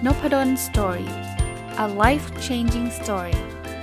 Noppadan Story. A life-changing story.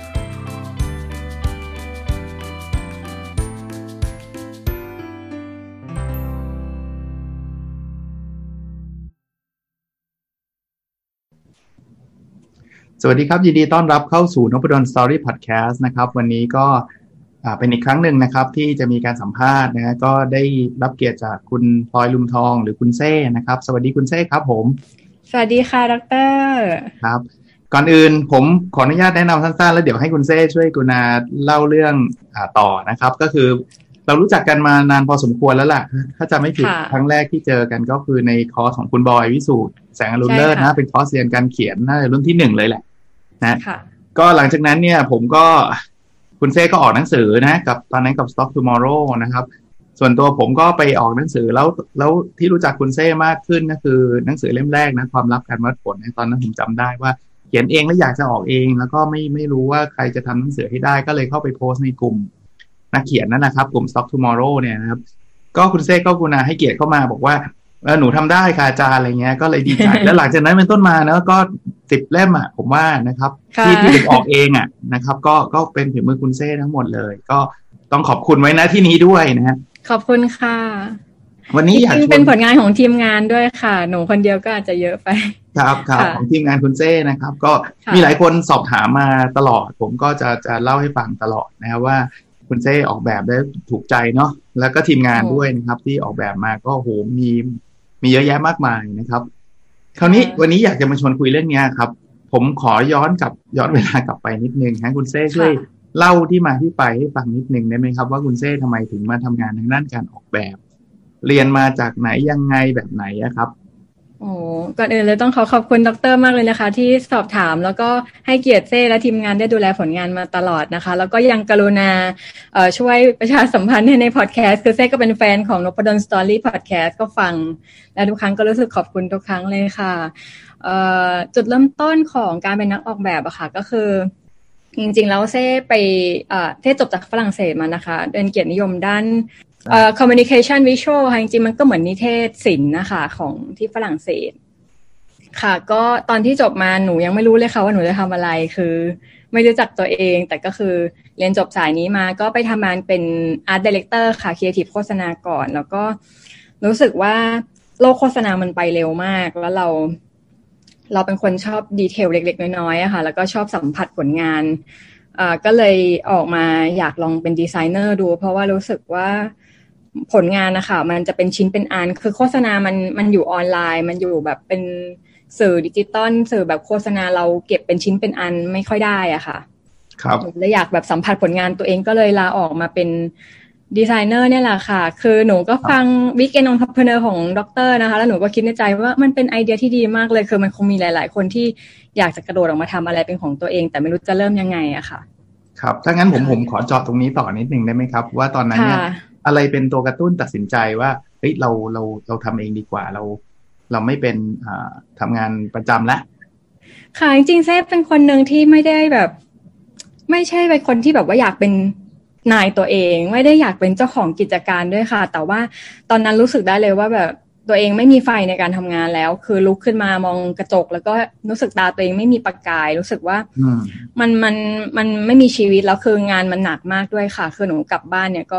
สวัสดีครับยินดีต้อนรับเข้าสู่ Noppadan Story Podcast นะครับวันนี้ก็เป็นอีกครั้งหนึ่งนะครับที่จะมีการสัมภาษณ์นะฮะก็ได้รับเกียรติจากคุณพลอยลุมทองหรือคุณเซ่นะครับสวัสดีคุณเซ่ครับผมสวัสดีค่ะดร. ครับก่อนอื่นผมขออนุญาตแนะนำสั้นๆแล้วเดี๋ยวให้คุณเซ่ช่วยกรุณาเล่าเรื่องต่อนะครับก็คือเรารู้จักกันมานานพอสมควรแล้วล่ะถ้าจำไม่ผิดครั้งแรกที่เจอกันก็คือในคอร์สของคุณบอยวิสูตรแสงอรุณเลิศนะเป็นคอร์สเรียนการเขียนน่าจะรุ่นที่1เลยแหละนะก็หลังจากนั้นเนี่ยผมก็คุณเซ่ก็ออกหนังสือนะกับตอนนั้นกับ Stop Tomorrow นะครับส่วนตัวผมก็ไปออกหนังสือแล้วที่รู้จักคุณเซ่มากขึ้นก็คือหนังสือเล่มแรกนะความลับการวัดผลตอนนั้นผมจำได้ว่าเขียนเองแล้วอยากจะออกเองแล้วก็ไม่รู้ว่าใครจะทำหนังสือให้ได้ก็เลยเข้าไปโพสต์ในกลุ่มนักเขียนนั่นนะครับกลุ่ม Stop Tomorrow เนี่ยนะครับก็คุณเซ่ก็กรุณาให้เกียรติเข้ามาบอกว่าหนูทำได้ค่ะอาจารย์อะไรเงี้ยก็เลยดีใจ แล้วหลังจากนั้นเป็นต้นมาเนอะก็10เล่มอ่ะผมว่านะครับที่ผมออกเองอ่ะนะครับก็เป็นฝีมือคุณเซ่ทั้งหมดเลยก็ต้องขอบคุณไว้นะที่นี้ด้วยนะฮะขอบคุณค่ะวันนี้อยากเป็นผลงานของทีมงานด้วยค่ะหนูคนเดียวก็อาจจะเยอะไปครับของทีมงานคุณเซ่นะครับก็มีหลายคนสอบถามมาตลอดผมก็จะเล่าให้ฟังตลอดนะครับว่าคุณเซ่ออกแบบได้ถูกใจเนาะแล้วก็ทีมงานด้วยนะครับที่ออกแบบมาก็โหมีเยอะแยะมากมายนะครับคราวนี้วันนี้อยากจะมาชวนคุยเรื่องนี้ครับผมขอย้อนเวลากลับไปนิดนึงฮะคุณเซ่ช่วยเล่าที่มาที่ไปให้ฟังนิดนึงได้ไหมครับว่าคุณเซ่ทำไมถึงมาทำงานทางด้านการออกแบบเรียนมาจากไหนยังไงแบบไหนครับโอ้ก่อนอื่นเลยต้องขอบคุณดร.มากเลยนะคะที่สอบถามแล้วก็ให้เกียรติเซ่และทีมงานได้ดูแลผลงานมาตลอดนะคะแล้วก็ยังกรุณาช่วยประชาสัมพันธ์ในพอดแคสต์คือเซ่ก็เป็นแฟนของ Noppadan Story Podcast ก็ฟังและทุกครั้งก็รู้สึกขอบคุณทุกครั้งเลยค่ะจุดเริ่มต้นของการเป็นนักออกแบบอะค่ะก็คือจริงๆแล้วเซ่จบจากฝรั่งเศสมานะคะเรียนเกียรตินิยมด้านcommunication visual ค่ะจริงๆมันก็เหมือนนิเทศศิลป์นะคะของที่ฝรั่งเศสค่ะก็ตอนที่จบมาหนูยังไม่รู้เลยค่ะว่าหนูจะทำอะไรคือไม่รู้จักตัวเองแต่ก็คือเรียนจบสายนี้มาก็ไปทำงานเป็น art director ค่ะ creative โฆษณาก่อนแล้วก็รู้สึกว่าโลกโฆษณามันไปเร็วมากแล้วเราเป็นคนชอบดีเทลเล็กๆน้อยๆอะค่ะแล้วก็ชอบสัมผัสผลงานก็เลยออกมาอยากลองเป็นดีไซเนอร์ดูเพราะว่ารู้สึกว่าผลงานนะคะมันจะเป็นชิ้นเป็นอันคือโฆษณามันอยู่ออนไลน์มันอยู่แบบเป็นสื่อดิจิตอลสื่อแบบโฆษณาเราเก็บเป็นชิ้นเป็นอันไม่ค่อยได้อะค่ะครับเลยอยากแบบสัมผัสผลงานตัวเองก็เลยลาออกมาเป็นดีไซเนอร์เนี่ยแหละค่ะคือหนูก็ฟังWeekend Entrepreneurของดร.นะคะแล้วหนูก็คิดในใจว่ามันเป็นไอเดียที่ดีมากเลยคือมันคงมีหลายๆคนที่อยากจะกระโดดออกมาทำอะไรเป็นของตัวเองแต่ไม่รู้จะเริ่มยังไงอะค่ะครับถ้างั้นผมขอเจาะตรงนี้ต่อนิดนึงได้ไหมครับว่าตอนนั้นเนี่ยอะไรเป็นตัวกระตุ้นตัดสินใจว่าเฮ้ยเราทำเองดีกว่าเราไม่เป็นทำงานประจำละค่ะจริงๆเซ่เป็นคนหนึ่งที่ไม่ได้แบบไม่ใช่เป็นคนที่แบบว่าอยากเป็นนายตัวเองไม่ได้อยากเป็นเจ้าของกิจการด้วยค่ะแต่ว่าตอนนั้นรู้สึกได้เลยว่าแบบตัวเองไม่มีไฟในการทำงานแล้วคือลุกขึ้นมามองกระจกแล้วก็รู้สึกตาตัวเองไม่มีประกายรู้สึกว่ามันไม่มีชีวิตแล้วคืองานมันหนักมากด้วยค่ะคือหนูกลับบ้านเนี่ยก็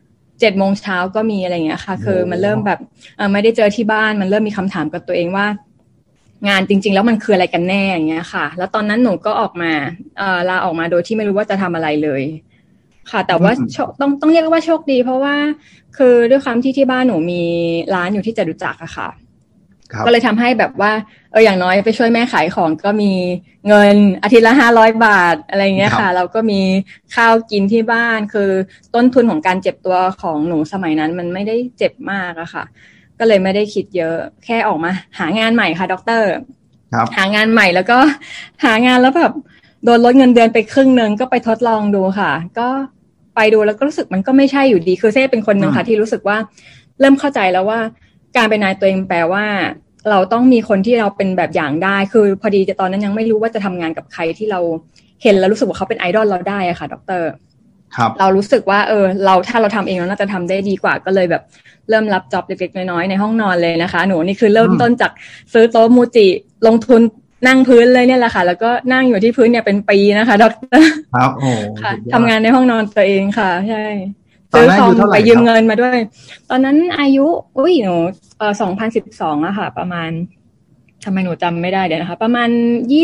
7 โมงเช้าก็มีอะไรอย่างเงี้ยค่ะคือมันเริ่มแบบไม่ได้เจอที่บ้านมันเริ่มมีคำถามกับตัวเองว่างานจริงๆแล้วมันคืออะไรกันแน่อย่างเงี้ยค่ะแล้วตอนนั้นหนูก็ออกมาลาออกมาโดยที่ไม่รู้ว่าจะทำอะไรเลยค่ะแต่ว่าต้องเรียกว่าโชคดีเพราะว่าคือด้วยความที่บ้านหนูมีร้านอยู่ที่จตุจักรอะค่ะก็เลยทำให้แบบว่าอย่างน้อยไปช่วยแม่ขายของก็มีเงินอาทิตย์ละ500 บาทอะไรเงี้ยค่ะเราก็มีข้าวกินที่บ้านคือต้นทุนของการเจ็บตัวของหนูสมัยนั้นมันไม่ได้เจ็บมากอะค่ะก็เลยไม่ได้คิดเยอะแค่ออกมาหางานใหม่ค่ะดร.หางานใหม่แล้วก็หางานแล้วแบบโดนลดเงินเดือนไปครึ่งนึงก็ไปทดลองดูค่ะก็ไปดูแล้วก็รู้สึกมันก็ไม่ใช่อยู่ดีคือเซ่เป็นคนนึงค่ะที่รู้สึกว่าเริ่มเข้าใจแล้วว่าการเป็นนายตัวเองแปลว่าเราต้องมีคนที่เราเป็นแบบอย่างได้คือพอดีตอนนั้นยังไม่รู้ว่าจะทำงานกับใครที่เราเห็นแล้วรู้สึกว่าเขาเป็นไอดอลเราได้อะค่ะดร.เรารู้สึกว่าถ้าเราทำเองเราน่าจะทำได้ดีกว่าก็เลยแบบเริ่มรับจ็อบเล็กๆน้อยๆในห้องนอนเลยนะคะหนูนี่คือเริ่มต้นจากซื้อโต๊ะมูจิลงทุนนั่งพื้นเลยเนี่ยแหละค่ะแล้วก็นั่งอยู่ที่พื้นเนี่ยเป็นปีนะคะดร. ครับโอ้ค่ะทำงานในห้องนอนตัวเองค่ะใช่ซื้อคอมไปยืมเงินมาด้วยตอนนั้นอายุหนู2012อะค่ะประมาณทำไมหนูจำไม่ได้เดี๋ยวนะคะประมาณ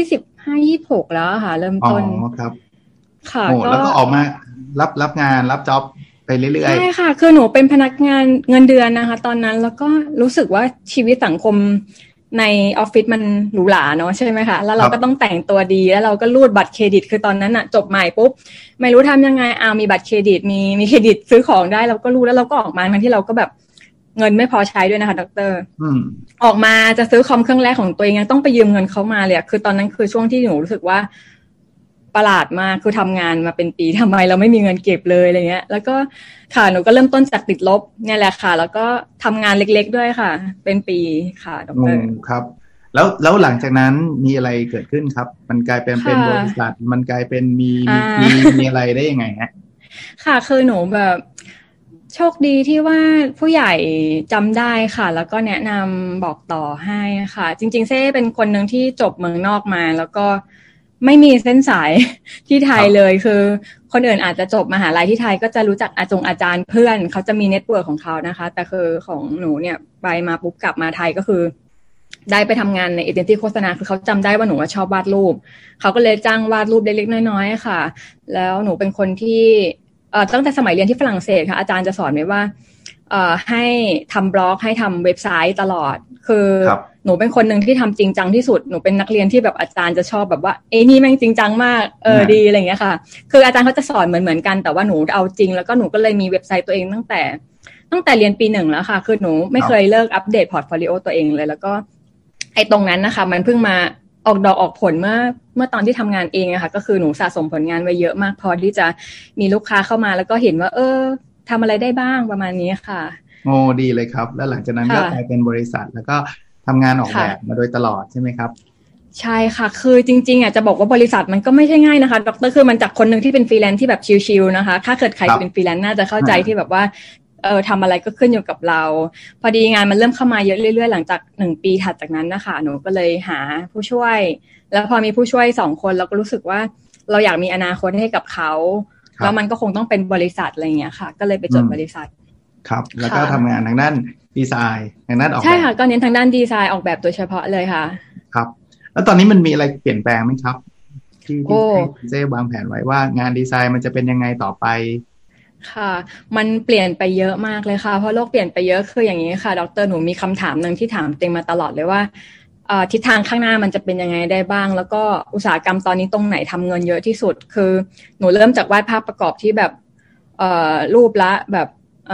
25-26แล้วค่ะเริ่มต้นครับค่ะแล้วก็ออกมารับงานรับจ็อบไปเรื่อยๆใช่ค่ะคือหนูเป็นพนักงานเงินเดือนนะคะตอนนั้นแล้วก็รู้สึกว่าชีวิตสังคมในออฟฟิศมันหรูหราเนาะใช่ไหมคะแล้วเราก็ต้องแต่งตัวดีแล้วเราก็รูดบัตรเครดิตคือตอนนั้นอะจบใหม่ปุ๊บไม่รู้ทำยังไงมีบัตรเครดิตมีเครดิตซื้อของได้เราก็รูดแล้วเราก็ออกมาทั้งที่เราก็แบบเงินไม่พอใช้ด้วยนะคะดร.ออกมาจะซื้อคอมเครื่องแรกของตัวเองยังต้องไปยืมเงินเขามาเลยคือตอนนั้นคือช่วงที่หนูรู้สึกว่าประหลาดมากคือทำงานมาเป็นปีทำไมเราไม่มีเงินเก็บเลยอะไรเงี้ยแล้วก็ค่ะหนูก็เริ่มต้นจากติดลบเนี่ยแหละค่ะแล้วก็ทำงานเล็กๆด้วยค่ะเป็นปีค่ะดร. ครับแล้วหลังจากนั้นมีอะไรเกิดขึ้นครับมันกลายเป็นบริษัทมันกลายเป็นมีอะไรได้ยังไงฮะค่ะคือหนูแบบโชคดีที่ว่าผู้ใหญ่จำได้ค่ะแล้วก็แนะนำบอกต่อให้ค่ะจริงๆเซ่เป็นคนหนึ่งที่จบเมืองนอกมาแล้วก็ไม่มีเส้นสายที่ไทยเลยคือคนอื่นอาจจะจบมหาลัยที่ไทยก็จะรู้จักอาจารย์เพื่อนเขาจะมีเน็ตเวิร์กของเขานะคะแต่คือของหนูเนี่ยไปมาปุ๊บกลับมาไทยก็คือได้ไปทำงานในเอเจนซี่โฆษณาคือเขาจำได้ว่าหนูชอบวาดรูปเขาก็เลยจ้างวาดรูปเล็กๆน้อยๆค่ะแล้วหนูเป็นคนที่ตั้งแต่สมัยเรียนที่ฝรั่งเศสค่ะอาจารย์จะสอนไว้ว่าให้ทำบล็อกให้ทำเว็บไซต์ตลอดคือหนูเป็นคนหนึ่งที่ทำจริงจังที่สุดหนูเป็นนักเรียนที่แบบอาจารย์จะชอบแบบว่านี่แม่งจริงจังมากดีอะไรอย่างเงี้ยค่ะคืออาจารย์เขาจะสอนเหมือนกันแต่ว่าหนูเอาจริงแล้วก็หนูก็เลยมีเว็บไซต์ตัวเองตั้งแต่เรียนปี 1แล้วค่ะคือหนูไม่เคยเลิกอัปเดตพอร์ตโฟลิโอตัวเองเลยแล้วก็ตรงนั้นนะคะมันเพิ่งมาออกดอกออกผลเมื่อตอนที่ทำงานเองอะค่ะก็คือหนูสะสมผลงานไว้เยอะมากพอที่จะมีลูกค้าเข้ามาแล้วก็เห็นว่าทำอะไรได้บ้างประมาณนี้ค่ะดีเลยครับแล้วหลังจากนั้นก็กลายเป็นบริษัทแล้วก็ทำงานออกแบบมาโดยตลอดใช่ไหมครับใช่ค่ะคือจริงๆจะบอกว่าบริษัทมันก็ไม่ใช่ง่ายนะคะดร.คือมันจากคนหนึ่งที่เป็นฟรีแลนซ์ที่แบบชิลๆนะคะถ้าเกิดใครเป็นฟรีแลนซ์น่าจะเข้าใจที่แบบว่าทำอะไรก็ขึ้นอยู่กับเราพอดีงานมันเริ่มเข้ามาเยอะเรื่อยๆหลังจาก1 ปีถัดจากนั้นนะคะหนูก็เลยหาผู้ช่วยแล้วพอมีผู้ช่วย2 คนเราก็รู้สึกว่าเราอยากมีอนาคตให้กับเขาแล้วมันก็คงต้องเป็นบริษัทอะไรอย่างเงี้ยค่ะก็เลยไปจดบริษัทครับแล้วก็ทำงานทางด้านดีไซน์ทางด้านออกแบบใช่ค่ะก็เน้นทางด้านดีไซน์ออกแบบโดยเฉพาะเลยค่ะครับแล้วตอนนี้มันมีอะไรเปลี่ยนแปลงไหมครับที่เจ๊วางแผนไว้ว่างานดีไซน์มันจะเป็นยังไงต่อไปค่ะมันเปลี่ยนไปเยอะมากเลยค่ะเพราะโลกเปลี่ยนไปเยอะคืออย่างนี้ค่ะดร.หนูมีคำถามนึงที่ถามเต็งมาตลอดเลยว่าทิศทางข้างหน้ามันจะเป็นยังไงได้บ้างแล้วก็อุตสาหกรรมตอนนี้ตรงไหนทำเงินเยอะที่สุดคือหนูเริ่มจากวาดภาพประกอบที่แบบรูปละแบบ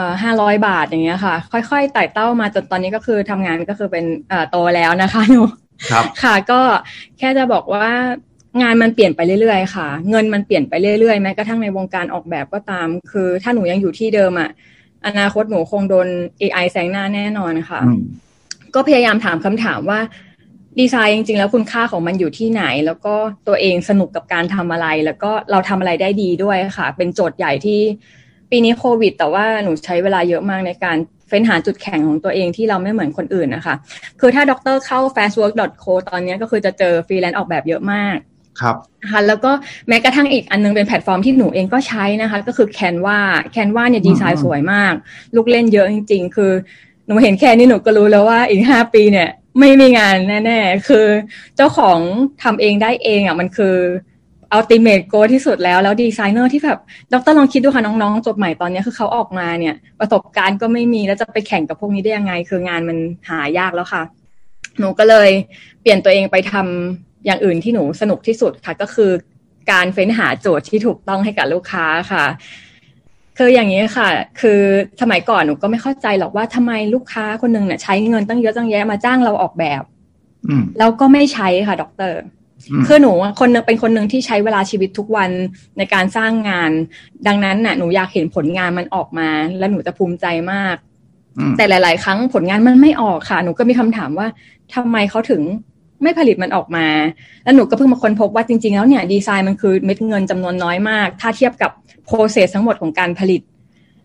500 บาทอย่างเงี้ยค่ะค่อยๆไต่เต้ามาจนตอนนี้ก็คือทำงานก็คือเป็นโตแล้วนะคะหนูครับค่ะก็แค่จะบอกว่างานมันเปลี่ยนไปเรื่อยๆค่ะเงินมันเปลี่ยนไปเรื่อยๆแม้กระทั่งในวงการออกแบบก็ตามคือถ้าหนูยังอยู่ที่เดิมอนาคตหนูคงโดน AI แซงหน้าแน่นอนค่ะก็พยายามถามคำถามว่าดีไซน์จริงๆแล้วคุณค่าของมันอยู่ที่ไหนแล้วก็ตัวเองสนุกกับการทำอะไรแล้วก็เราทำอะไรได้ดีด้วยค่ะเป็นโจทย์ใหญ่ที่ปีนี้โควิดแต่ว่าหนูใช้เวลาเยอะมากในการเฟ้นหาจุดแข็งของตัวเองที่เราไม่เหมือนคนอื่นนะคะคือถ้าดร.เข้า fastwork.co ตอนนี้ก็คือจะเจอฟรีแลนซ์ออกแบบเยอะมากครับค่ะแล้วก็แม้กระทั่งอีกอันนึงเป็นแพลตฟอร์มที่หนูเองก็ใช้นะคะก็คือ Canva เนี่ยดีไซน์สวยมากลูกเล่นเยอะจริงๆคือหนูเห็นแค่นี้หนูก็รู้แล้วว่าอีก5 ปีเนี่ยไม่มีงานแน่ๆคือเจ้าของทำเองได้เองมันคือultimate goal ที่สุดแล้วดีไซเนอร์ที่แบบดร.ลองคิดดูค่ะน้องๆจบใหม่ตอนนี้คือเขาออกมาเนี่ยประสบการณ์ก็ไม่มีแล้วจะไปแข่งกับพวกนี้ได้ยังไงคืองานมันหายากแล้วค่ะหนูก็เลยเปลี่ยนตัวเองไปทำอย่างอื่นที่หนูสนุกที่สุดค่ะก็คือการเฟ้นหาโจทย์ที่ถูกต้องให้กับลูกค้าค่ะคืออย่างนี้ค่ะคือสมัยก่อนหนูก็ไม่เข้าใจหรอกว่าทำไมลูกค้าคนนึงเนี่ยใช้เงินตั้งเยอะตั้งแยะมาจ้างเราออกแบบแล้วก็ไม่ใช้ค่ะดร.คือหนูเป็นคนหนึ่งที่ใช้เวลาชีวิตทุกวันในการสร้างงานดังนั้นน่ะหนูอยากเห็นผลงานมันออกมาแล้วหนูจะภูมิใจมากแต่หลายๆครั้งผลงานมันไม่ออกค่ะหนูก็มีคำถามว่าทำไมเขาถึงไม่ผลิตมันออกมาแล้วหนูก็เพิ่งมาค้นพบว่าจริงๆแล้วเนี่ยดีไซน์มันคือเม็ดเงินจำนวนน้อยมากถ้าเทียบกับโปรเซสทั้งหมดของการผลิต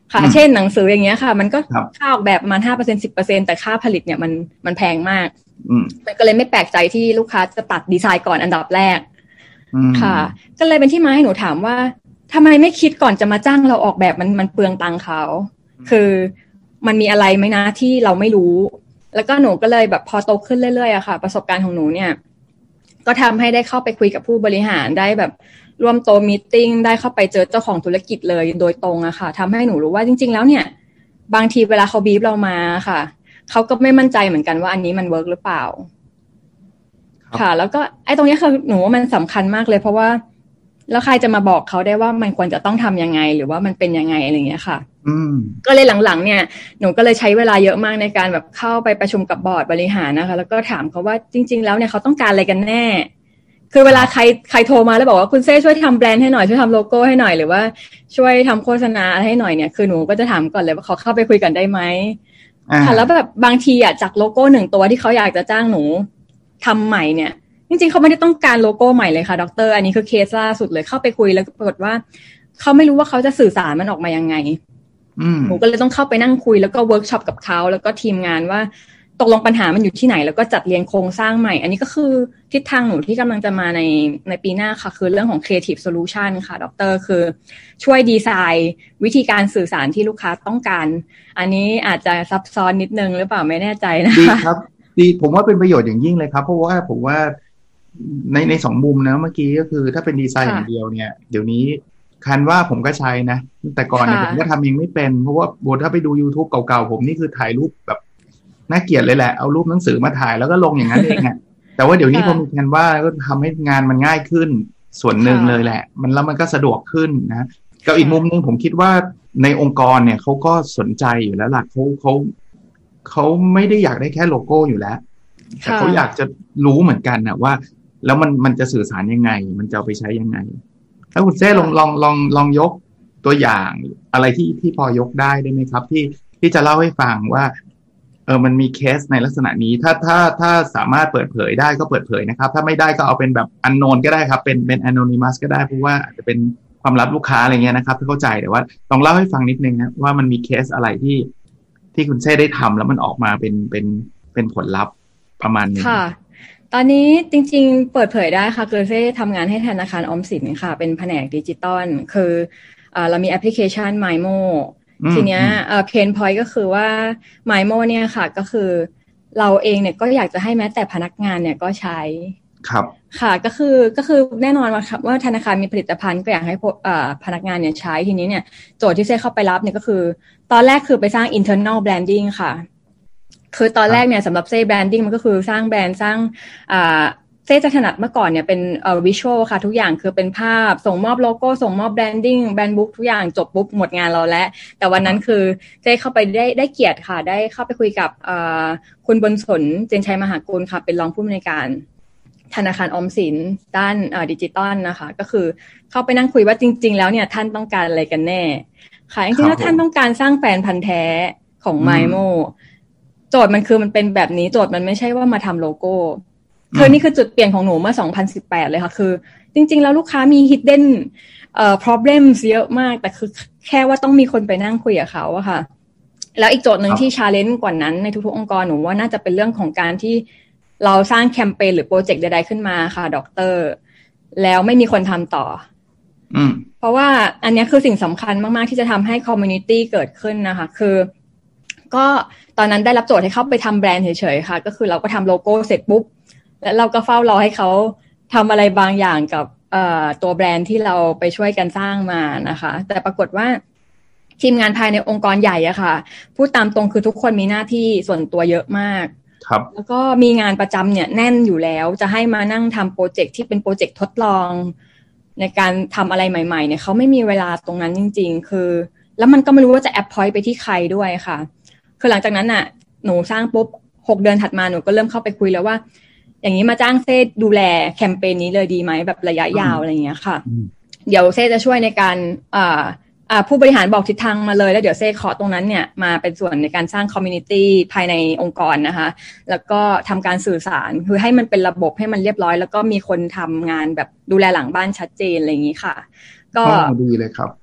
ค่ะเช่นหนังสืออย่างเงี้ยค่ะมันก็ค่าออกแบบประมาณ 5% 10% แต่ค่าผลิตเนี่ยมันแพงมากมันก็เลยไม่แปลกใจที่ลูกค้าจะตัดดีไซน์ก่อนอันดับแรกค่ะก็เลยเป็นที่มาให้หนูถามว่าทำไมไม่คิดก่อนจะมาจ้างเราออกแบบมันเปลืองตังค์เขาคือมันมีอะไรไหมนะที่เราไม่รู้แล้วก็หนูก็เลยแบบพอโตขึ้นเรื่อยๆอะค่ะประสบการณ์ของหนูเนี่ยก็ทำให้ได้เข้าไปคุยกับผู้บริหารได้แบบร่วมโต๊ะมีตติ้งได้เข้าไปเจอเจ้าของธุรกิจเลยโดยตรงอะค่ะทำให้หนูรู้ว่าจริงๆแล้วเนี่ยบางทีเวลาเขาบีฟเรามาค่ะเขาก็ไม่มั่นใจเหมือนกันว่าอันนี้มันเวิร์กหรือเปล่าค่ะแล้วก็ไอ้ตรงนี้คือหนูว่ามันสำคัญมากเลยเพราะว่าแล้วใครจะมาบอกเขาได้ว่ามันควรจะต้องทำยังไงหรือว่ามันเป็นยังไงอะไรอย่างเงี้ยค่ะก็เลยหลังๆเนี่ยหนูก็เลยใช้เวลาเยอะมากในการแบบเข้าไปประชุมกับบอร์ดบริหารนะคะแล้วก็ถามเขาว่าจริงๆแล้วเนี่ยเขาต้องการอะไรกันแน่คือเวลาใครโทรมาแล้วบอกว่าคุณเซ่ช่วยทำแบรนด์ให้หน่อยช่วยทำโลโก้ให้หน่อยหรือว่าช่วยทำโฆษณาให้หน่อยเนี่ยคือหนูก็จะถามก่อนเลยว่าเขาเข้าไปคุยกันได้ไหมค่ะแล้วแบบบางทีอ่ะจากโลโก้1ตัวที่เขาอยากจะจ้างหนูทำใหม่เนี่ยจริงๆเขาไม่ได้ต้องการโลโก้ใหม่เลยค่ะดร.อันนี้คือเคสล่าสุดเลยเข้าไปคุยแล้วปรากฏว่าเขาไม่รู้ว่าเขาจะสื่อสารมันออกมายังไงหนูก็เลยต้องเข้าไปนั่งคุยแล้วก็เวิร์กช็อปกับเขาแล้วก็ทีมงานว่าตกลงปัญหามันอยู่ที่ไหนแล้วก็จัดเรียงโครงสร้างใหม่อันนี้ก็คือทิศทางหนูที่กำลังจะมาในปีหน้าค่ะคือเรื่องของ Creative Solution ค่ะดร.คือช่วยดีไซน์วิธีการสื่อสารที่ลูกค้าต้องการอันนี้อาจจะซับซ้อนนิดนึงหรือเปล่าไม่แน่ใจนะคะดีครับดีผมว่าเป็นประโยชน์อย่างยิ่งเลยครับเพราะว่าผมว่าในสองมุมนะเมื่อกี้ก็คือถ้าเป็นดีไซน์อย่างเดียวเนี่ยเดี๋ยวนี้คันว่าผมก็ใช้นะแต่ก่อนเนี่ยผมก็ทำเองไม่เป็นเพราะว่าถ้าไปดู YouTube เก่าๆผมนี่คือถ่ายรูปแบบน่าเกลียดเลยแหละเอารูปหนังสือมาถ่ายแล้วก็ลงอย่างนั้นเองอ่ะแต่ว่าเดี๋ยวนี้พอมีคันว่าก็ทำให้งานมันง่ายขึ้นส่วนหนึ่งเลยแหละมันก็สะดวกขึ้นนะกับอีกมุมนึงผมคิดว่าในองค์กรเนี่ยเขาก็สนใจอยู่แล้วล่ะเขาไม่ได้อยากได้แค่โลโก้อยู่แล้วแต่เขาอยากจะรู้เหมือนกันนะว่าแล้วมันจะสื่อสารยังไงมันจะเอาไปใช้ยังไงถ้าคุณเซ่ลองยกตัวอย่างอะไรที่พอยกได้ไหมครับที่จะเล่าให้ฟังว่ามันมีเคสในลักษณะนี้ถ้าสามารถเปิดเผยได้ก็เปิดเผยนะครับถ้าไม่ได้ก็เอาเป็นแบบ unknown ก็ได้ครับเป็น anonymous ก็ได้เพราะว่าอาจจะเป็นความลับลูกค้าอะไรเงี้ยนะครับถ้าเข้าใจแต่ว่าลองเล่าให้ฟังนิดนึงนะว่ามันมีเคสอะไรที่คุณเซ่ได้ทำแล้วมันออกมาเป็นผลลัพธ์ประมาณนี้ค่ะตอนนี้จริงๆเปิดเผยได้ค่ะคือเซ่ทำงานให้ธนาคารออมสินค่ะเป็นแผนกดิจิตอลคือเรามีแอปพลิเคชัน MyMo ทีเนี้ยเพนพอยต์ก็คือว่า MyMo เนี่ยค่ะก็คือเราเองเนี่ยก็อยากจะให้แม้แต่พนักงานเนี่ยก็ใช้ครับค่ะก็คือแน่นอนว่าธนาคารมีผลิตภัณฑ์ก็อยากให้พนักงานเนี่ยใช้ทีนี้เนี่ยโจทย์ที่เซ่เข้าไปรับเนี่ยก็คือตอนแรกคือไปสร้าง internal branding ค่ะคือตอนแรกเนี่ยสำหรับเซ่แบรนดิ้งมันก็คือสร้างแบรนด์สร้างเซ่จะถนัดเมื่อก่อนเนี่ยเป็นวิชวลค่ะทุกอย่างคือเป็นภาพส่งมอบโลโก้ส่งมอบแบรนดิ้งแบรนด์บุ๊กทุกอย่างจบปุ๊บหมดงานเราแล้วแต่วันนั้นคือเซ่เข้าไปได้เกียรติค่ะได้เข้าไปคุยกับคุณบนสนเจนชัยมหากุลค่ะเป็นรองผู้อำนวยการธนาคารออมสินด้านดิจิตอลนะคะก็คือเข้าไปนั่งคุยว่าจริงๆแล้วเนี่ยท่านต้องการอะไรกันแน่ค่ะจริงๆแล้วท่านต้องการสร้างแฟนพันธุ์แท้ของ MyMoโจทย์มันเป็นแบบนี้โจทย์มันไม่ใช่ว่ามาทำโลโก้คือนี่คือจุดเปลี่ยนของหนูเมื่อ2018เลยค่ะคือจริงๆแล้วลูกค้ามี hidden problems เยอะมากแต่คือแค่ว่าต้องมีคนไปนั่งคุยกับเขาอะค่ะแล้วอีกโจทย์หนึ่งที่ challenge กว่านั้นในทุกๆองค์กรหนูว่าน่าจะเป็นเรื่องของการที่เราสร้างแคมเปญหรือโปรเจกต์ใดๆขึ้นมาค่ะดร.แล้วไม่มีคนทำต่อเพราะว่าอันนี้คือสิ่งสำคัญมากๆที่จะทำให้ community เกิดขึ้นนะคะคือก็ตอนนั้นได้รับโจทย์ให้เข้าไปทำแบรนด์เฉยๆค่ะก็คือเราก็ทำโลโก้เสร็จปุ๊บแล้วเราก็เฝ้ารอให้เขาทำอะไรบางอย่างกับตัวแบรนด์ที่เราไปช่วยกันสร้างมานะคะแต่ปรากฏว่าทีมงานภายในองค์กรใหญ่อะค่ะพูดตามตรงคือทุกคนมีหน้าที่ส่วนตัวเยอะมากครับแล้วก็มีงานประจำเนี่ยแน่นอยู่แล้วจะให้มานั่งทำโปรเจกต์ที่เป็นโปรเจกต์ทดลองในการทำอะไรใหม่ๆเนี่ยเขาไม่มีเวลาตรงนั้นจริงๆคือแล้วมันก็ไม่รู้ว่าจะแอปพอยต์ไปที่ใครด้วยค่ะคือหลังจากนั้นน่ะหนูสร้างปุ๊บ6 เดือนถัดมาหนูก็เริ่มเข้าไปคุยแล้วว่าอย่างนี้มาจ้างเซ่ดูแลแคมเปญนี้เลยดีไหมแบบระยะยาวอะไรอย่างเงี้ยค่ะเดี๋ยวเซ่จะช่วยในการผู้บริหารบอกทิศทางมาเลยแล้วเดี๋ยวเซ่ขอตรงนั้นเนี่ยมาเป็นส่วนในการสร้างคอมมูนิตี้ภายในองค์กรนะคะแล้วก็ทำการสื่อสารคือให้มันเป็นระบบให้มันเรียบร้อยแล้วก็มีคนทำงานแบบดูแลหลังบ้านชัดเจนอะไรอย่างนี้ค่ะก็ดีเลยครับ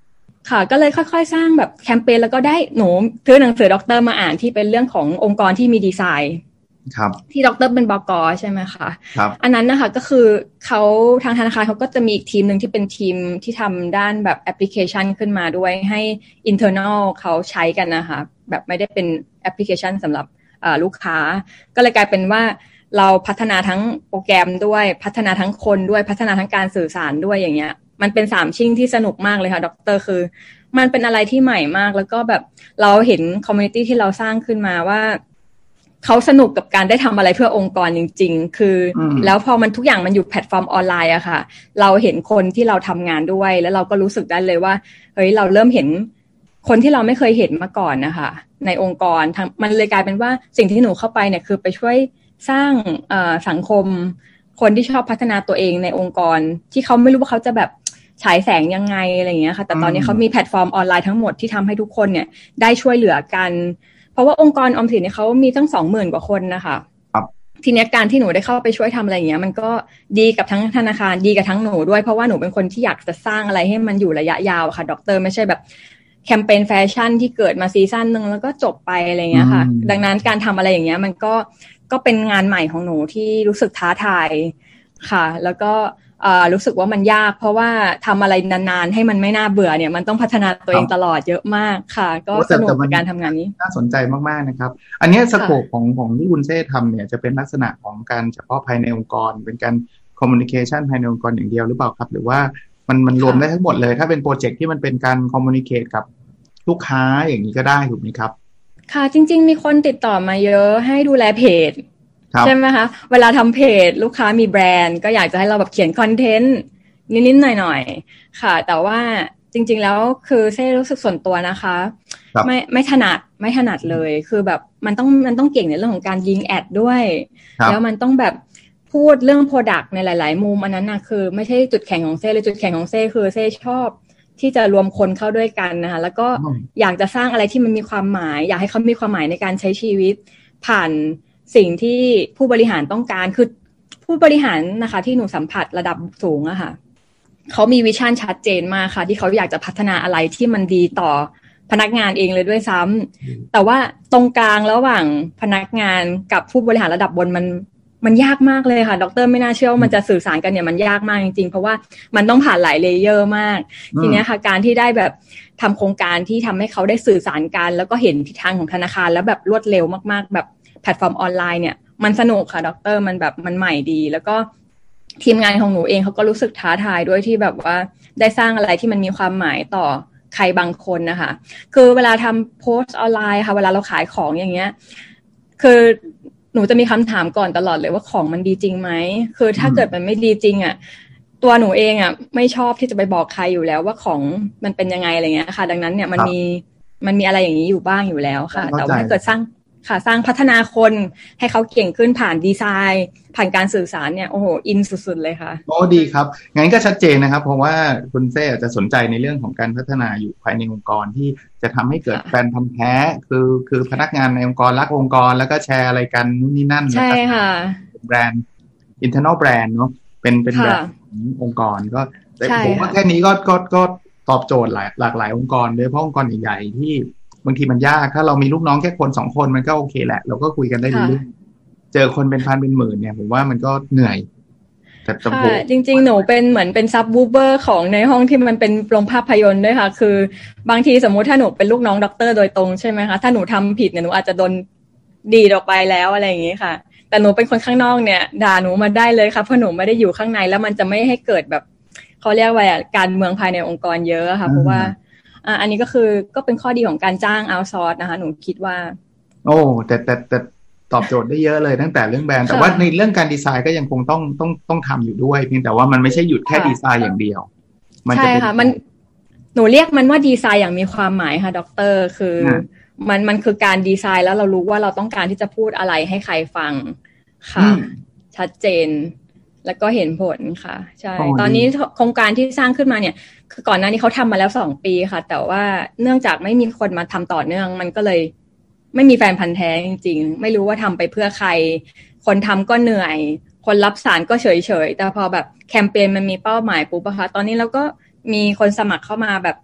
ค่ะก็เลยค่อยๆสร้างแบบแคมเปญแล้วก็ได้หนูซื้อหนังสือด็อกเตอร์มาอ่านที่เป็นเรื่องขององค์กรที่มีดีไซน์ครับที่ด็อกเตอร์เป็นบก.ใช่ไหมคะครับอันนั้นนะคะก็คือเขาทางธนาคารเขาก็จะมีอีกทีมหนึ่งที่เป็นทีมที่ทำด้านแบบแอปพลิเคชันขึ้นมาด้วยให้ internal เขาใช้กันนะคะแบบไม่ได้เป็นแอปพลิเคชันสำหรับลูกค้าก็เลยกลายเป็นว่าเราพัฒนาทั้งโปรแกรมด้วยพัฒนาทั้งคนด้วยพัฒนาทั้งการสื่อสารด้วยอย่างเงี้ยมันเป็น3ชิ่งที่สนุกมากเลยค่ะด็อกเตอร์คือมันเป็นอะไรที่ใหม่มากแล้วก็แบบเราเห็นคอมมูนิตี้ที่เราสร้างขึ้นมาว่าเขาสนุกกับการได้ทำอะไรเพื่อองค์กรจริงๆคือแล้วพอมันทุกอย่างมันอยู่แพลตฟอร์มออนไลน์อะค่ะเราเห็นคนที่เราทำงานด้วยแล้วเราก็รู้สึกได้เลยว่าเฮ้ยเราเริ่มเห็นคนที่เราไม่เคยเห็นมาก่อนนะคะในองค์กรมันเลยกลายเป็นว่าสิ่งที่หนูเข้าไปเนี่ยคือไปช่วยสร้างสังคมคนที่ชอบพัฒนาตัวเองในองค์กรที่เขาไม่รู้ว่าเขาจะแบบฉายแสงยังไงอะไรอย่างเงี้ยค่ะแต่ตอนนี้เขามีแพลตฟอร์มออนไลน์ทั้งหมดที่ทำให้ทุกคนเนี่ยได้ช่วยเหลือกันเพราะว่าองค์กรออมสินเนี่ยเขามีตั้ง 20,000 กว่าคนนะคะทีนี้การที่หนูได้เข้าไปช่วยทำอะไรอย่างเงี้ยมันก็ดีกับทั้งธนาคารดีกับทั้งหนูด้วยเพราะว่าหนูเป็นคนที่อยากจะสร้างอะไรให้มันอยู่ระยะยาวค่ะด็อกเตอร์ไม่ใช่แบบแคมเปญแฟชั่นที่เกิดมาซีซั่นนึงแล้วก็จบไปอะไรเงี้ยค่ะดังนั้นการทำอะไรอย่างเงี้ยมันก็เป็นงานใหม่ของหนูที่รู้สึกท้าทายค่ะแล้วก็รู้สึกว่ามันยากเพราะว่าทำอะไรนานๆให้มันไม่น่าเบื่อเนี่ยมันต้องพัฒนาตัวเองตลอดเยอะมากค่ะก็สนุกกับการทำงานนี้น่าสนใจมากๆนะครับอันนี้สโคปของที่คุณเซ่ทำเนี่ยจะเป็นลักษณะของการเฉพาะภายในองค์กรเป็นการคอมมูนิเคชันภายในองค์กรอย่างเดียวหรือเปล่าครับหรือว่ามันรวมได้ทั้งหมดเลยถ้าเป็นโปรเจกต์ที่มันเป็นการคอมมูนิเคชกับลูกค้าอย่างนี้ก็ได้ถูกไหมครับค่ะจริงๆมีคนติดต่อมาเยอะให้ดูแลเพจใช่ไหมคะเวลาทำเพจลูกค้ามีแบรนด์ก็อยากจะให้เราแบบเขียนคอนเทนต์นิดๆหน่อยๆค่ะแต่ว่าจริงๆแล้วคือเซ่รู้สึกส่วนตัวนะคะไม่ถนัดเลยคือแบบมันต้องเก่งในเรื่องของการยิงแอดด้วยแล้วมันต้องแบบพูดเรื่อง product ในหลายๆมุมอันนั้นนะคือไม่ใช่จุดแข็งของเซ่เลยจุดแข็งของเซ่คือเซ่ชอบที่จะรวมคนเข้าด้วยกันนะคะแล้วก็อยากจะสร้างอะไรที่มันมีความหมายอยากให้เขามีความหมายในการใช้ชีวิตผ่านสิ่งที่ผู้บริหารต้องการคือผู้บริหารนะคะที่หนูสัมผัสระดับสูงอะค่ะเขามีวิชั่นชัดเจนมากค่ะที่เขาอยากจะพัฒนาอะไรที่มันดีต่อพนักงานเองเลยด้วยซ้ำแต่ว่าตรงกลางระหว่างพนักงานกับผู้บริหารระดับบนมันยากมากเลยค่ะดร.ไม่น่าเชื่อว่ามันจะสื่อสารกันเนี่ยมันยากมากจริงๆเพราะว่ามันต้องผ่านหลายเลเยอร์มากทีนี้ค่ะการที่ได้แบบทำโครงการที่ทำให้เขาได้สื่อสารกันแล้วก็เห็นทิศทางของธนาคารแล้วแบบรวดเร็วมากๆแบบแพลตฟอร์มออนไลน์เนี่ยมันสนุกค่ะดร.มันแบบมันใหม่ดีแล้วก็ทีมงานของหนูเองเขาก็รู้สึกท้าทายด้วยที่แบบว่าได้สร้างอะไรที่มันมีความหมายต่อใครบางคนนะคะคือเวลาทำโพสต์ออนไลน์ค่ะเวลาเราขายของอย่างเงี้ยคือหนูจะมีคำถามก่อนตลอดเลยว่าของมันดีจริงไหมคือถ้าเกิดมันไม่ดีจริงอ่ะตัวหนูเองอ่ะไม่ชอบที่จะไปบอกใครอยู่แล้วว่าของมันเป็นยังไงอะไรเงี้ยค่ะดังนั้นเนี่ยมันมีอะไรอย่างนี้อยู่บ้างอยู่แล้วค่ะแต่ว่าถ้าเกิดสร้างพัฒนาคนให้เขาเก่งขึ้นผ่านดีไซน์ผ่านการสื่อสารเนี่ยโอ้โหอินสุดๆเลยค่ะโอ้ดีครับงั้นก็ชัดเจนนะครับเพราะว่าคุณเซ่จะสนใจในเรื่องของการพัฒนาอยู่ภายในองค์กรที่จะทำให้เกิดแฟนพันธุ์แท้คือพนักงานในองค์กรรักองค์กรแล้วก็แชร์อะไรกันนู่นนี่นั่นใช่ค่ะแบรนด์ internal brand เนาะเป็นแบรนด์ขององค์กรก็ผมว่าแค่นี้ก็ตอบโจทย์หลากหลายองค์กรโดยเฉพาะองค์กรใหญ่ๆที่บางทีมันยากถ้าเรามีลูกน้องแค่คน2คนมันก็โอเคแหละเราก็คุยกันได้รู้เรื่องเจอคนเป็นพันเป็นหมื่นเนี่ยผมว่ามันก็เหนื่อยแต่จริงๆหนูเป็นเหมือนเป็นซับวูเบอร์ของในห้องที่มันเป็นโรงภาพยนตร์ด้วยค่ะคือบางทีสมมุติถ้าหนูเป็นลูกน้องด็อกเตอร์โดยตรงใช่ไหมคะถ้าหนูทำผิดเนี่ยหนูอาจจะโดนดีดออกไปแล้วอะไรอย่างนี้ค่ะแต่หนูเป็นคนข้างนอกเนี่ยด่าหนูมาได้เลยค่ะเพราะหนูไม่ได้อยู่ข้างในแล้วมันจะไม่ให้เกิดแบบเขาเรียกว่าการเมืองภายในองค์กรเยอะค่ะเพราะว่าอันนี้ก็เป็นข้อดีของการจ้างเอาท์ซอร์สนะคะหนูคิดว่าโอ้แต่ตอบโจทย์ได้เยอะเลยตั้งแต่เรื่องแบรนด์แต่ว่าในเรื่องการดีไซน์ก็ยังคงต้องทำอยู่ด้วยเพียงแต่ว่ามันไม่ใช่หยุดแค่ดีไซน์อย่างเดียวใช่ค่ะหนูเรียกมันว่าดีไซน์อย่างมีความหมายค่ะด็อกเตอร์คือมันคือการดีไซน์แล้วเรารู้ว่าเราต้องการที่จะพูดอะไรให้ใครฟังค่ะชัดเจนแล้วก็เห็นผลค่ะใช่ตอนนี้โครงการที่สร้างขึ้นมาเนี่ยคือก่อนหน้านี้เขาทำมาแล้ว2 ปีค่ะแต่ว่าเนื่องจากไม่มีคนมาทำต่อเนื่องมันก็เลยไม่มีแฟนพันธุ์แท้จริงๆไม่รู้ว่าทำไปเพื่อใครคนทำก็เหนื่อยคนรับสารก็เฉยๆแต่พอแบบแคมเปญมันมีเป้าหมายปุ๊บอะค่ะตอนนี้เราก็มีคนสมัครเข้ามาแบบ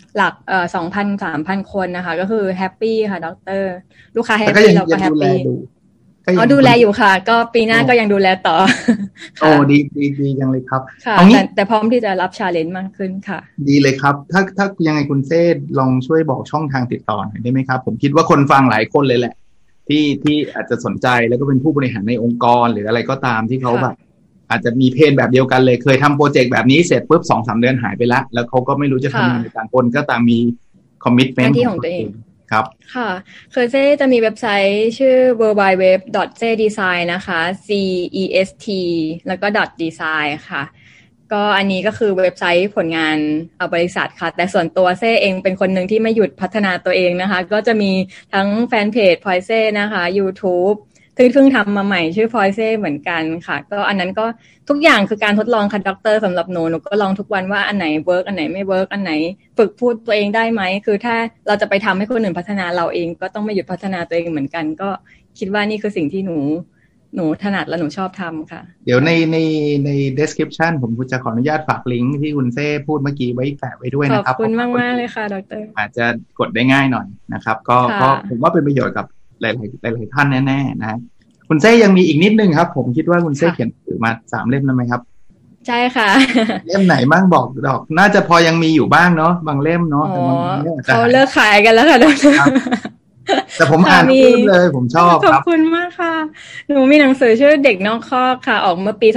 หลัก2,000-3,000 คนนะคะก็คือแฮปปี้ค่ะดร.ลูกค้าแฮปปี้เราก็แฮปปี้ดูแลอยู่ค่ะก็ปีหน้าก็ยังดูแลต่อโอ้ดียังเลยครับค่ะแต่พร้อมที่จะรับชาเลนจ์มากขึ้นค่ะดีเลยครับถ้ายังไงคุณเซ่ลองช่วยบอกช่องทางติดต่อหน่อยได้ไหมครับผมคิดว่าคนฟังหลายคนเลยแหละที่อาจจะสนใจแล้วก็เป็นผู้บริหารในองค์กรหรืออะไรก็ตามที่เขาแบบอาจจะมีเพนแบบเดียวกันเลยเคยทำโปรเจกต์แบบนี้เสร็จปุ๊บ 2-3 เดือนหายไปแล้วเขาก็ไม่รู้จะทำยังไงต่างคนก็ต่างมีคอมมิตเมนต์ของตัวเองครับค่ะคือเซ่จะมีเว็บไซต์ชื่อ www.zedesign นะคะ CEST แล้วก็ .design ค่ะก็อันนี้ก็คือเว็บไซต์ผลงานบริษัทค่ะแต่ส่วนตัวเซ่เองเป็นคนหนึ่งที่ไม่หยุดพัฒนาตัวเองนะคะก็จะมีทั้งแฟนเพจพลอยเซ่นะคะ YouTube เพิ่งทำมาใหม่ชื่อพลอยเซ่เหมือนกันค่ะก็อันนั้นก็ทุกอย่างคือการทดลองค่ะดร.สำหรับหนูก็ลองทุกวันว่าอันไหนเวิร์กอันไหนไม่เวิร์กอันไหนฝึกพูดตัวเองได้ไหมคือถ้าเราจะไปทำให้คนอื่นพัฒนาเราเองก็ต้องไม่หยุดพัฒนาตัวเองเหมือนกันก็คิดว่านี่คือสิ่งที่หนูถนัดและหนูชอบทำค่ะเดี๋ยวใน description ผมจะขออนุญาตฝากลิงก์ที่คุณเซ่พูดเมื่อกี้ไว้แปะไว้ด้วยนะครับขอบคุณมากเลยค่ะดร. อาจจะกดได้ง่ายหน่อยนะครับก็ผมว่าเป็นประโยชน์กับหลายท่านแน่ๆนะคุณเซ่ยังมีอีกนิดนึงครับผมคิดว่าคุณเซ่เขียนถือมา3 เล่มแล้วไหมครับใช่ค่ะเล่มไหนบ้างบอกดอกน่าจะพอยังมีอยู่บ้างเนาะบางเล่มเนาะเขาเลิกขายกันแล้วค่ะแต่ผมอ่านทุกเล่มเลยผมชอบขอบคุณมากค่ะหนูมีหนังสือชื่อเด็กนอกคอกค่ะออกเมื่อปี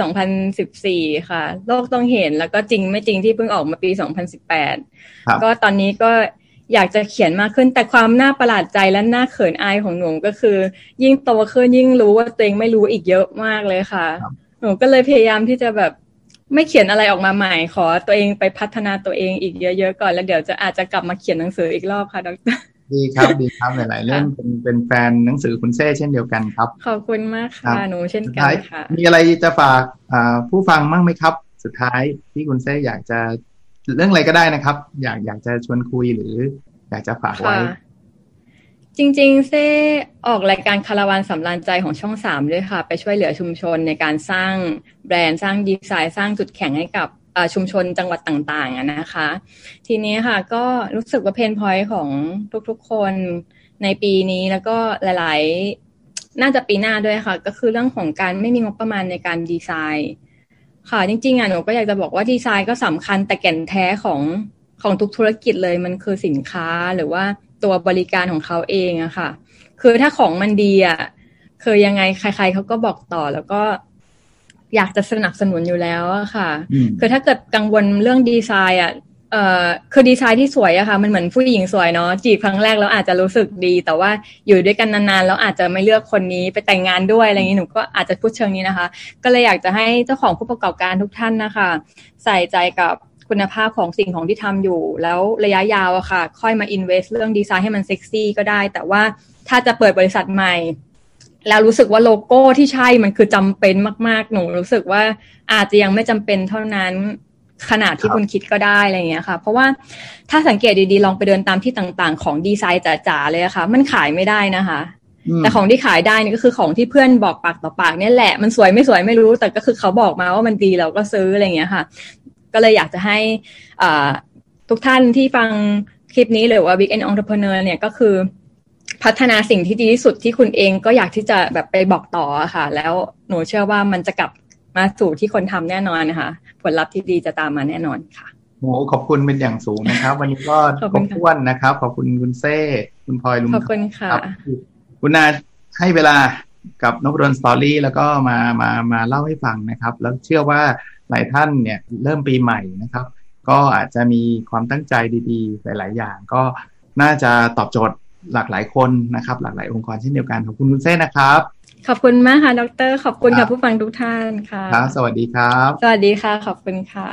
2014ค่ะโลกต้องเห็นแล้วก็จริงไม่จริงที่เพิ่งออกมาปี2018ก็ตอนนี้ก็อยากจะเขียนมากขึ้นแต่ความน่าประหลาดใจและน่าเขินอายของหนูก็คือยิ่งโตขึ้นยิ่งรู้ว่าตัวเองไม่รู้อีกเยอะมากเลยค่ะหนูก็เลยพยายามที่จะแบบไม่เขียนอะไรออกมาใหม่ขอตัวเองไปพัฒนาตัวเองอีกเยอะๆก่อนแล้วเดี๋ยวอาจจะกลับมาเขียนหนังสืออีกรอบค่ะดร. ดีครับหลายๆเล่มเป็นแฟนหนังสือคุณเซ่เช่นเดียวกันครับขอบคุณมากค่ะหนูเช่นกันค่ะมีอะไรจะฝากผู้ฟังมั่งไหมครับสุดท้ายที่คุณเซ่อยากจะเรื่องอะไรก็ได้นะครับอยากจะชวนคุยหรืออยากจะฝากไว้จริงๆเซ่ออกรายการคาราวานสำราญใจของช่อง3ด้วยค่ะไปช่วยเหลือชุมชนในการสร้างแบรนด์สร้างดีไซน์สร้างจุดแข็งให้กับชุมชนจังหวัดต่างๆนะคะทีนี้ค่ะก็รู้สึกว่าเพนพอยต์ของทุกๆคนในปีนี้แล้วก็หลายๆน่าจะปีหน้าด้วยค่ะก็คือเรื่องของการไม่มีงบประมาณในการดีไซน์ค่ะจริงๆหนูก็อยากจะบอกว่าดีไซน์ก็สำคัญแต่แก่นแท้ของทุกธุรกิจเลยมันคือสินค้าหรือว่าตัวบริการของเขาเองอะค่ะคือถ้าของมันดีอะคือยังไงใครๆเขาก็บอกต่อแล้วก็อยากจะสนับสนุนอยู่แล้วอะค่ะคือถ้าเกิดกังวลเรื่องดีไซน์อะคือดีไซน์ที่สวยอะค่ะมันเหมือนผู้หญิงสวยเนาะจีบครั้งแรกแล้วอาจจะรู้สึกดีแต่ว่าอยู่ด้วยกันนานๆแล้วอาจจะไม่เลือกคนนี้ไปแต่งงานด้วยอะไรอย่างนี้หนูก็อาจจะพูดเชิงนี้นะคะก็เลยอยากจะให้เจ้าของผู้ประกอบการทุกท่านนะคะใส่ใจกับคุณภาพของสิ่งของที่ทำอยู่แล้วระยะยาวอะค่ะค่อยมา invest เรื่องดีไซน์ให้มันเซ็กซี่ก็ได้แต่ว่าถ้าจะเปิดบริษัทใหม่แล้วรู้สึกว่าโลโก้ที่ใช่มันคือจำเป็นมากๆหนูรู้สึกว่าอาจจะยังไม่จำเป็นเท่านั้นขนาดที่คุณคิดก็ได้อะไรอย่างเงี้ยค่ะเพราะว่าถ้าสังเกตดีๆลองไปเดินตามที่ต่างๆของดีไซน์จ๋าๆเลยค่ะมันขายไม่ได้นะคะแต่ของที่ขายได้นี่ก็คือของที่เพื่อนบอกปากต่อปากนี่แหละมันสวยไม่สวยไม่รู้แต่ก็คือเขาบอกมาว่ามันดีเราก็ซื้ออะไรอย่างเงี้ยค่ะก็เลยอยากจะให้ทุกท่านที่ฟังคลิปนี้หรือว่า Weekend Entrepreneur เนี่ยก็คือพัฒนาสิ่งที่ดีที่สุดที่คุณเองก็อยากที่จะแบบไปบอกต่อค่ะแล้วหนูเชื่อว่ามันจะกลับมาสู่ที่คนทำแน่นอนนะคะผลลัพธ์ที่ดีจะตามมาแน่นอนค่ะโอ้ขอบคุณเป็นอย่างสูงนะครับวันนี้ก็ขอบคุณนะครับขอบคุณคุณเซ่คุณพลอยลุงขอบคุณค่ะคุณนาให้เวลากับนพดลสตอรี่แล้วก็มาเล่าให้ฟังนะครับแล้วเชื่อว่าหลายท่านเนี่ยเริ่มปีใหม่นะครับก็อาจจะมีความตั้งใจดีๆหลายๆอย่างก็น่าจะตอบโจทย์หลากหลายคนนะครับหลากหลายองค์กรเช่นเดียวกันขอบคุณคุณเซ่นะครับขอบคุณมากค่ะดร.ขอบคุณค่ะผู้ฟังทุกท่านค่ะครับสวัสดีครับสวัสดีค่ะขอบคุณค่ะ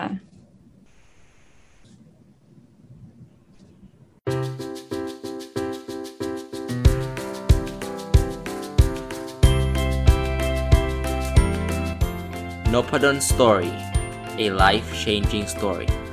Nopadon Story, a life-changing story.